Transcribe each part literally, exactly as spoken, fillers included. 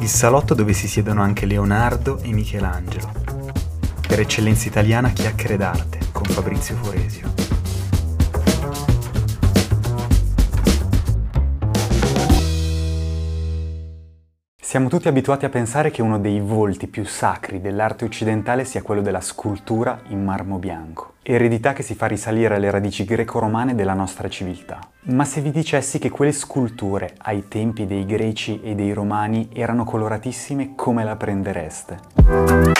il salotto dove si siedono anche Leonardo e Michelangelo. Per eccellenza italiana, chiacchiere d'arte con Fabrizio Foresio. Siamo tutti abituati a pensare che uno dei volti più sacri dell'arte occidentale sia quello della scultura in marmo bianco, eredità che si fa risalire alle radici greco-romane della nostra civiltà. Ma se vi dicessi che quelle sculture ai tempi dei greci e dei romani erano coloratissime, come la prendereste?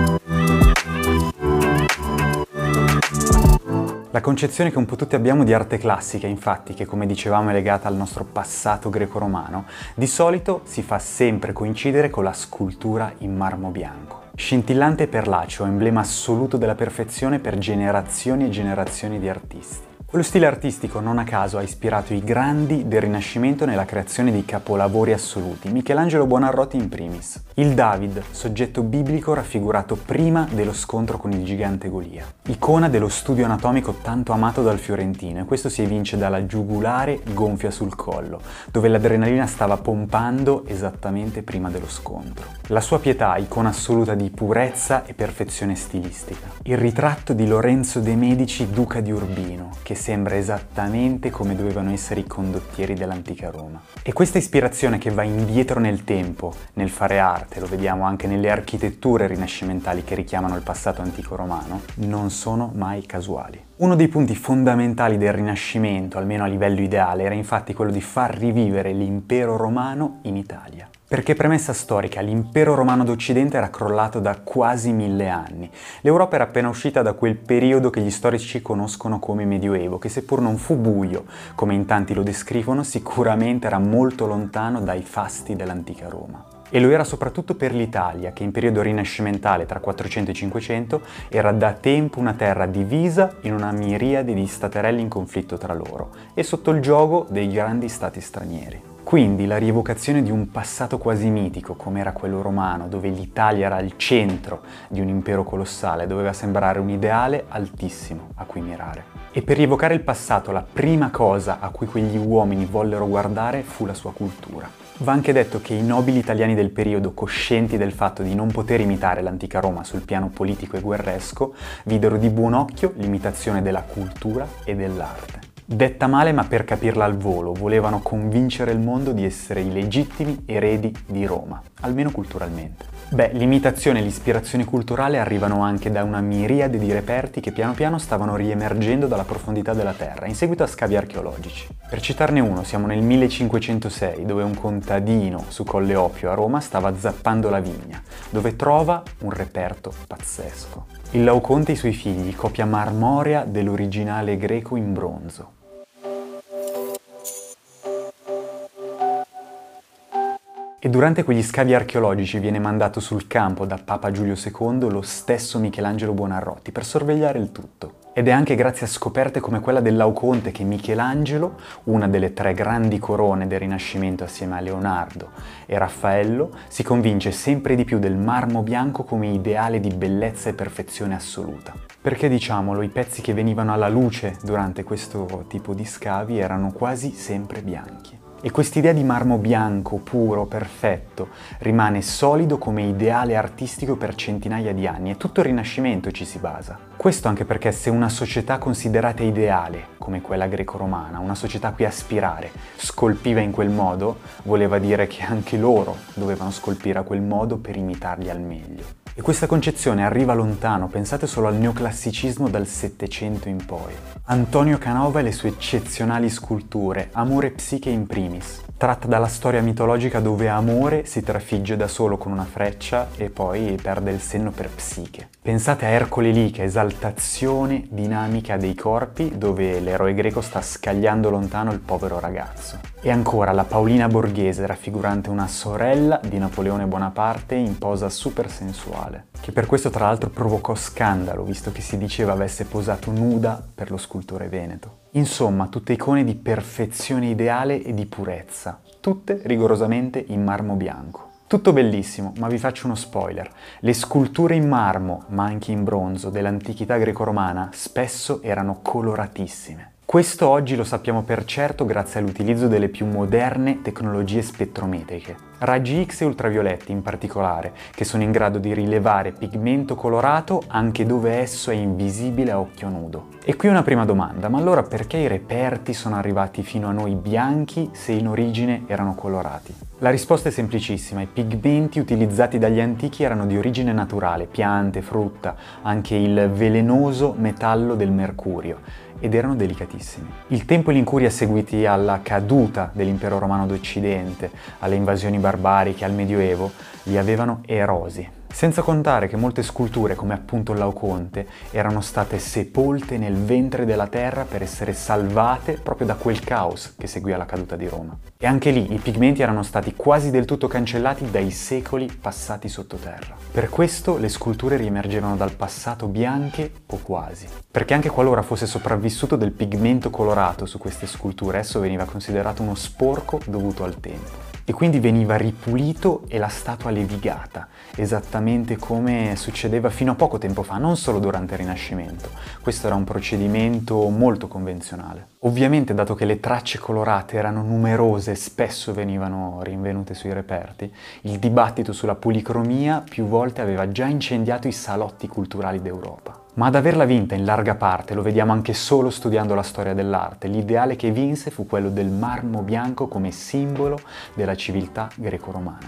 La concezione che un po' tutti abbiamo di arte classica, infatti, che come dicevamo è legata al nostro passato greco-romano, di solito si fa sempre coincidere con la scultura in marmo bianco. Scintillante e perlaceo, emblema assoluto della perfezione per generazioni e generazioni di artisti. Quello stile artistico, non a caso, ha ispirato i grandi del Rinascimento nella creazione di capolavori assoluti, Michelangelo Buonarroti in primis. Il David, soggetto biblico raffigurato prima dello scontro con il gigante Golia. Icona dello studio anatomico tanto amato dal fiorentino, e questo si evince dalla giugulare gonfia sul collo, dove l'adrenalina stava pompando esattamente prima dello scontro. La sua Pietà, icona assoluta di purezza e perfezione stilistica. Il ritratto di Lorenzo de' Medici, duca di Urbino, che sembra esattamente come dovevano essere i condottieri dell'antica Roma. E questa ispirazione che va indietro nel tempo, nel fare arte, lo vediamo anche nelle architetture rinascimentali che richiamano il passato antico romano, non sono mai casuali. Uno dei punti fondamentali del Rinascimento, almeno a livello ideale, era infatti quello di far rivivere l'impero romano in Italia. Perché, premessa storica, l'impero romano d'Occidente era crollato da quasi mille anni. L'Europa era appena uscita da quel periodo che gli storici conoscono come Medioevo, che seppur non fu buio, come in tanti lo descrivono, sicuramente era molto lontano dai fasti dell'antica Roma. E lo era soprattutto per l'Italia, che in periodo rinascimentale tra quattrocento e cinquecento era da tempo una terra divisa in una miriade di staterelli in conflitto tra loro e sotto il giogo dei grandi stati stranieri. Quindi la rievocazione di un passato quasi mitico, come era quello romano, dove l'Italia era al centro di un impero colossale, doveva sembrare un ideale altissimo a cui mirare. E per rievocare il passato, la prima cosa a cui quegli uomini vollero guardare fu la sua cultura. Va anche detto che i nobili italiani del periodo, coscienti del fatto di non poter imitare l'antica Roma sul piano politico e guerresco, videro di buon occhio l'imitazione della cultura e dell'arte. Detta male, ma per capirla al volo, volevano convincere il mondo di essere i legittimi eredi di Roma, almeno culturalmente. Beh, l'imitazione e l'ispirazione culturale arrivano anche da una miriade di reperti che piano piano stavano riemergendo dalla profondità della terra, in seguito a scavi archeologici. Per citarne uno, siamo nel millecinquecentosei, dove un contadino su Colle Oppio a Roma stava zappando la vigna, dove trova un reperto pazzesco. Il Laoconte e i suoi figli, copia marmorea dell'originale greco in bronzo. E durante quegli scavi archeologici viene mandato sul campo da Papa Giulio secondo lo stesso Michelangelo Buonarroti per sorvegliare il tutto. Ed è anche grazie a scoperte come quella del Laoconte che Michelangelo, una delle tre grandi corone del Rinascimento assieme a Leonardo e Raffaello, si convince sempre di più del marmo bianco come ideale di bellezza e perfezione assoluta. Perché, diciamolo, i pezzi che venivano alla luce durante questo tipo di scavi erano quasi sempre bianchi. E quest'idea di marmo bianco, puro, perfetto, rimane solido come ideale artistico per centinaia di anni e tutto il Rinascimento ci si basa. Questo anche perché se una società considerata ideale, come quella greco-romana, una società a cui aspirare, scolpiva in quel modo, voleva dire che anche loro dovevano scolpire a quel modo per imitarli al meglio. E questa concezione arriva lontano, pensate solo al neoclassicismo dal Settecento in poi. Antonio Canova e le sue eccezionali sculture, Amore e Psiche in primis, tratta dalla storia mitologica dove Amore si trafigge da solo con una freccia e poi perde il senno per Psiche. Pensate a Ercole Licha, esaltazione dinamica dei corpi, dove l'eroe greco sta scagliando lontano il povero ragazzo. E ancora la Paolina Borghese, raffigurante una sorella di Napoleone Bonaparte in posa super sensuale, che per questo tra l'altro provocò scandalo, visto che si diceva avesse posato nuda per lo scultore veneto. Insomma, tutte icone di perfezione ideale e di purezza, tutte rigorosamente in marmo bianco. Tutto bellissimo, ma vi faccio uno spoiler. Le sculture in marmo, ma anche in bronzo, dell'antichità greco-romana spesso erano coloratissime. Questo oggi lo sappiamo per certo grazie all'utilizzo delle più moderne tecnologie spettrometriche. Raggi X e ultravioletti in particolare, che sono in grado di rilevare pigmento colorato anche dove esso è invisibile a occhio nudo. E qui una prima domanda, ma allora perché i reperti sono arrivati fino a noi bianchi se in origine erano colorati? La risposta è semplicissima, i pigmenti utilizzati dagli antichi erano di origine naturale, piante, frutta, anche il velenoso metallo del mercurio, ed erano delicatissimi. Il tempo e l'incuria seguiti alla caduta dell'impero romano d'Occidente, alle invasioni barbariche, al Medioevo, li avevano erosi. Senza contare che molte sculture, come appunto il Laocoonte, erano state sepolte nel ventre della terra per essere salvate proprio da quel caos che seguì alla caduta di Roma. E anche lì i pigmenti erano stati quasi del tutto cancellati dai secoli passati sottoterra. Per questo le sculture riemergevano dal passato bianche o quasi. Perché anche qualora fosse sopravvissuto del pigmento colorato su queste sculture, esso veniva considerato uno sporco dovuto al tempo. E quindi veniva ripulito e la statua levigata, esattamente come succedeva fino a poco tempo fa, non solo durante il Rinascimento. Questo era un procedimento molto convenzionale. Ovviamente, dato che le tracce colorate erano numerose e spesso venivano rinvenute sui reperti, il dibattito sulla policromia più volte aveva già incendiato i salotti culturali d'Europa. Ma ad averla vinta in larga parte, lo vediamo anche solo studiando la storia dell'arte, l'ideale che vinse fu quello del marmo bianco come simbolo della civiltà greco-romana.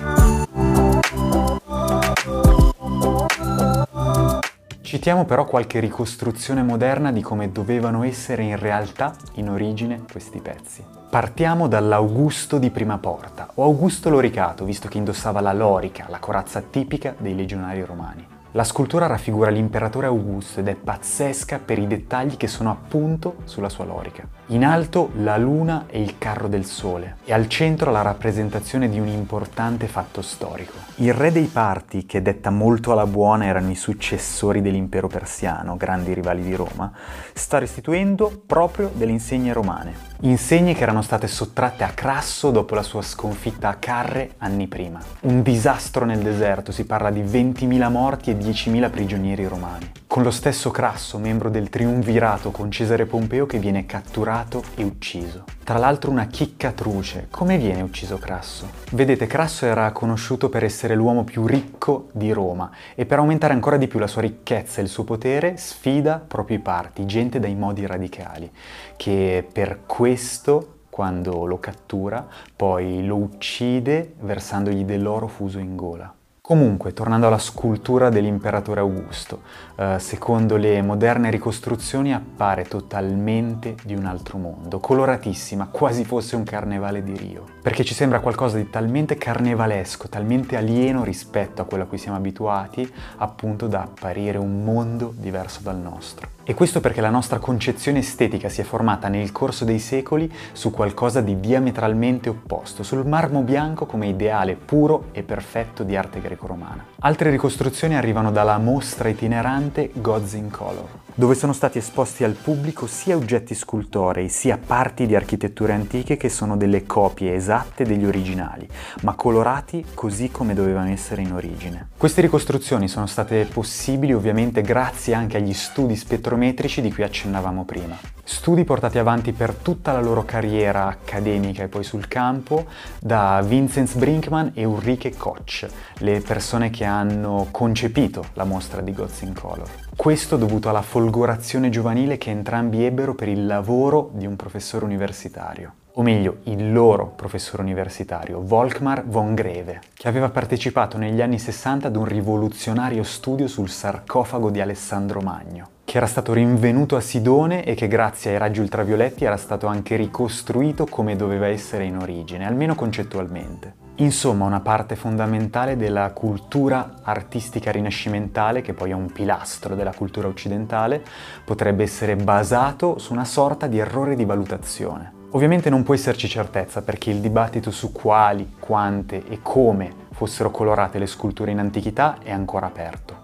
Citiamo però qualche ricostruzione moderna di come dovevano essere in realtà in origine questi pezzi. Partiamo dall'Augusto di Prima Porta, o Augusto Loricato, visto che indossava la lorica, la corazza tipica dei legionari romani. La scultura raffigura l'imperatore Augusto ed è pazzesca per i dettagli che sono appunto sulla sua lorica. In alto la luna e il carro del sole e al centro la rappresentazione di un importante fatto storico. Il re dei Parti, che detta molto alla buona erano i successori dell'impero persiano, grandi rivali di Roma, sta restituendo proprio delle insegne romane. Insegne che erano state sottratte a Crasso dopo la sua sconfitta a Carre anni prima. Un disastro nel deserto, si parla di ventimila morti e diecimila prigionieri romani. Con lo stesso Crasso, membro del triumvirato con Cesare Pompeo, che viene catturato e ucciso. Tra l'altro una chicca truce. Come viene ucciso Crasso? Vedete, Crasso era conosciuto per essere l'uomo più ricco di Roma e per aumentare ancora di più la sua ricchezza e il suo potere sfida proprio i parti, gente dai modi radicali, che per questo, quando lo cattura, poi lo uccide versandogli dell'oro fuso in gola. Comunque, tornando alla scultura dell'imperatore Augusto, eh, secondo le moderne ricostruzioni appare totalmente di un altro mondo, coloratissima, quasi fosse un carnevale di Rio, perché ci sembra qualcosa di talmente carnevalesco, talmente alieno rispetto a quello a cui siamo abituati, appunto da apparire un mondo diverso dal nostro. E questo perché la nostra concezione estetica si è formata nel corso dei secoli su qualcosa di diametralmente opposto, sul marmo bianco come ideale puro e perfetto di arte greco-romana. Altre ricostruzioni arrivano dalla mostra itinerante Gods in Color, dove sono stati esposti al pubblico sia oggetti scultorei, sia parti di architetture antiche che sono delle copie esatte degli originali, ma colorati così come dovevano essere in origine. Queste ricostruzioni sono state possibili ovviamente grazie anche agli studi spettrometrici di cui accennavamo prima. Studi portati avanti per tutta la loro carriera accademica e poi sul campo da Vinzenz Brinkmann e Ulrike Koch, le persone che hanno concepito la mostra di Gods in Color. Questo dovuto alla folgorazione giovanile che entrambi ebbero per il lavoro di un professore universitario. O meglio, il loro professore universitario, Volkmar von Greve, che aveva partecipato negli anni sessanta ad un rivoluzionario studio sul sarcofago di Alessandro Magno, che era stato rinvenuto a Sidone e che grazie ai raggi ultravioletti era stato anche ricostruito come doveva essere in origine, almeno concettualmente. Insomma, una parte fondamentale della cultura artistica rinascimentale, che poi è un pilastro della cultura occidentale, potrebbe essere basato su una sorta di errore di valutazione. Ovviamente non può esserci certezza perché il dibattito su quali, quante e come fossero colorate le sculture in antichità è ancora aperto.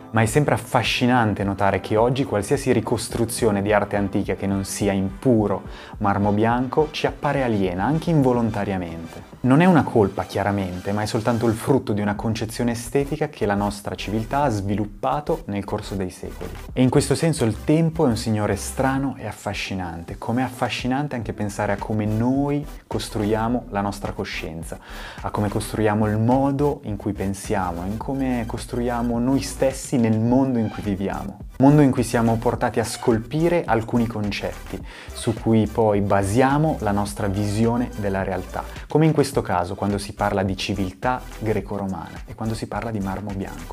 Ma è sempre affascinante notare che oggi qualsiasi ricostruzione di arte antica che non sia in puro marmo bianco ci appare aliena, anche involontariamente. Non è una colpa, chiaramente, ma è soltanto il frutto di una concezione estetica che la nostra civiltà ha sviluppato nel corso dei secoli. E in questo senso il tempo è un signore strano e affascinante, come è affascinante anche pensare a come noi costruiamo la nostra coscienza, a come costruiamo il modo in cui pensiamo, in come costruiamo noi stessi nel mondo in cui viviamo. Mondo in cui siamo portati a scolpire alcuni concetti, su cui poi basiamo la nostra visione della realtà, come in questo caso quando si parla di civiltà greco-romana e quando si parla di marmo bianco.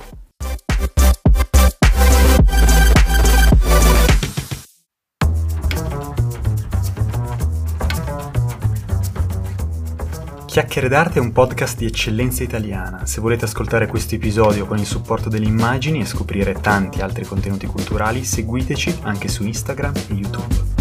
Chiacchiere d'arte è un podcast di eccellenza italiana. Se volete ascoltare questo episodio con il supporto delle immagini e scoprire tanti altri contenuti culturali, seguiteci anche su Instagram e YouTube.